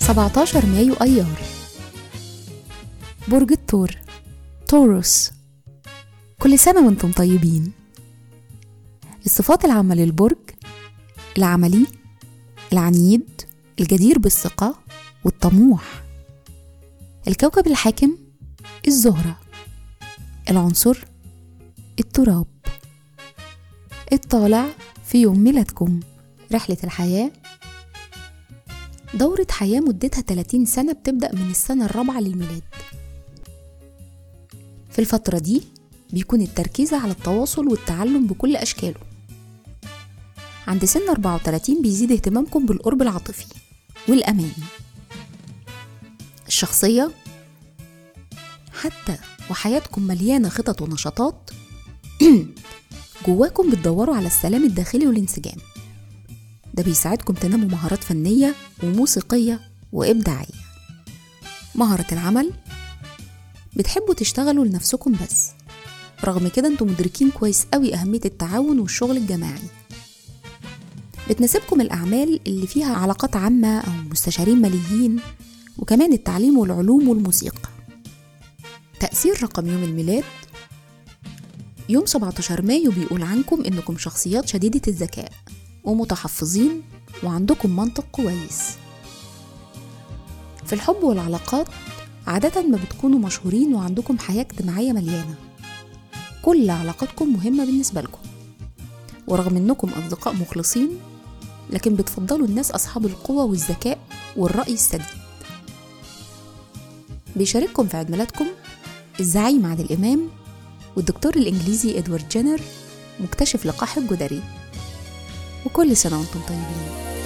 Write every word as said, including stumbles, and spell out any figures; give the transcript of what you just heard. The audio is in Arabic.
سبعتاشر مايو أيار. برج الثور، توروس. كل سنة وانتم طيبين. الصفات العامة للبرج: العملي، العنيد، الجدير بالثقة، والطموح. الكوكب الحاكم: الزهرة. العنصر: التراب. الطالع في يوم ميلادكم. رحلة الحياة: دورة حياة مدتها ثلاثين سنة، بتبدأ من السنة الرابعة للميلاد. في الفترة دي بيكون التركيز على التواصل والتعلم بكل أشكاله. عند سن أربعة وثلاثين بيزيد اهتمامكم بالقرب العاطفي والأمان. الشخصية: حتى وحياتكم مليانة خطط ونشاطات جواكم بتدوروا على السلام الداخلي والانسجام. ده بيساعدكم تنموا مهارات فنية وموسيقية وإبداعية. مهارة العمل: بتحبوا تشتغلوا لنفسكم بس، رغم كده انتم مدركين كويس قوي أهمية التعاون والشغل الجماعي. بتناسبكم الأعمال اللي فيها علاقات عامة أو مستشارين ماليين، وكمان التعليم والعلوم والموسيقى. تأثير رقم يوم الميلاد: يوم سبعتاشر مايو بيقول عنكم إنكم شخصيات شديدة الذكاء ومتحفظين وعندكم منطق كويس. في الحب والعلاقات عادة ما بتكونوا مشهورين وعندكم حياة اجتماعية مليانة. كل علاقاتكم مهمة بالنسبة لكم، ورغم إنكم أصدقاء مخلصين لكن بتفضلوا الناس أصحاب القوة والذكاء والرأي السديد. بيشارككم في عيد ميلادكم الزعيم عادل إمام والدكتور الإنجليزي إدوارد جينر، مكتشف لقاح الجدري. وكل سنة وانتم طيبين.